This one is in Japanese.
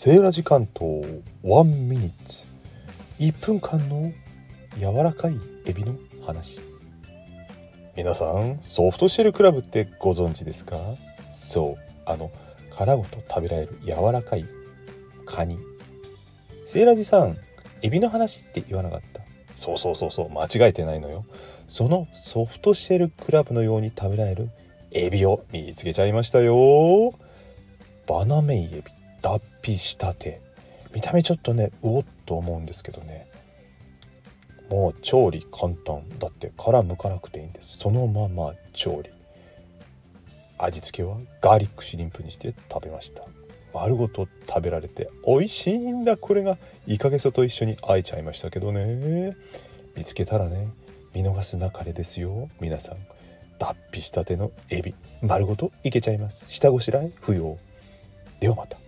セーラジ関東1ミニッツ1分間の柔らかいエビの話。皆さんソフトシェルクラブってご存知ですか？そう、殻ごと食べられる柔らかいカニ。セーラジさん、エビの話って言わなかった？そう、間違えてないのよ。そのソフトシェルクラブのように食べられるエビを見つけちゃいましたよ。バナメイエビ、脱皮したて。見た目ちょっとね、うおっと思うんですけどね、もう調理簡単だって。殻剥かなくていいんです。そのまま調理。味付けはガーリックシュリンプにして食べました。丸ごと食べられて美味しいんだ。これがイカゲソと一緒に会えちゃいましたけどね。見つけたらね、見逃すなかれですよ皆さん。脱皮したてのエビ丸ごといけちゃいます。下ごしらえ不要。ではまた。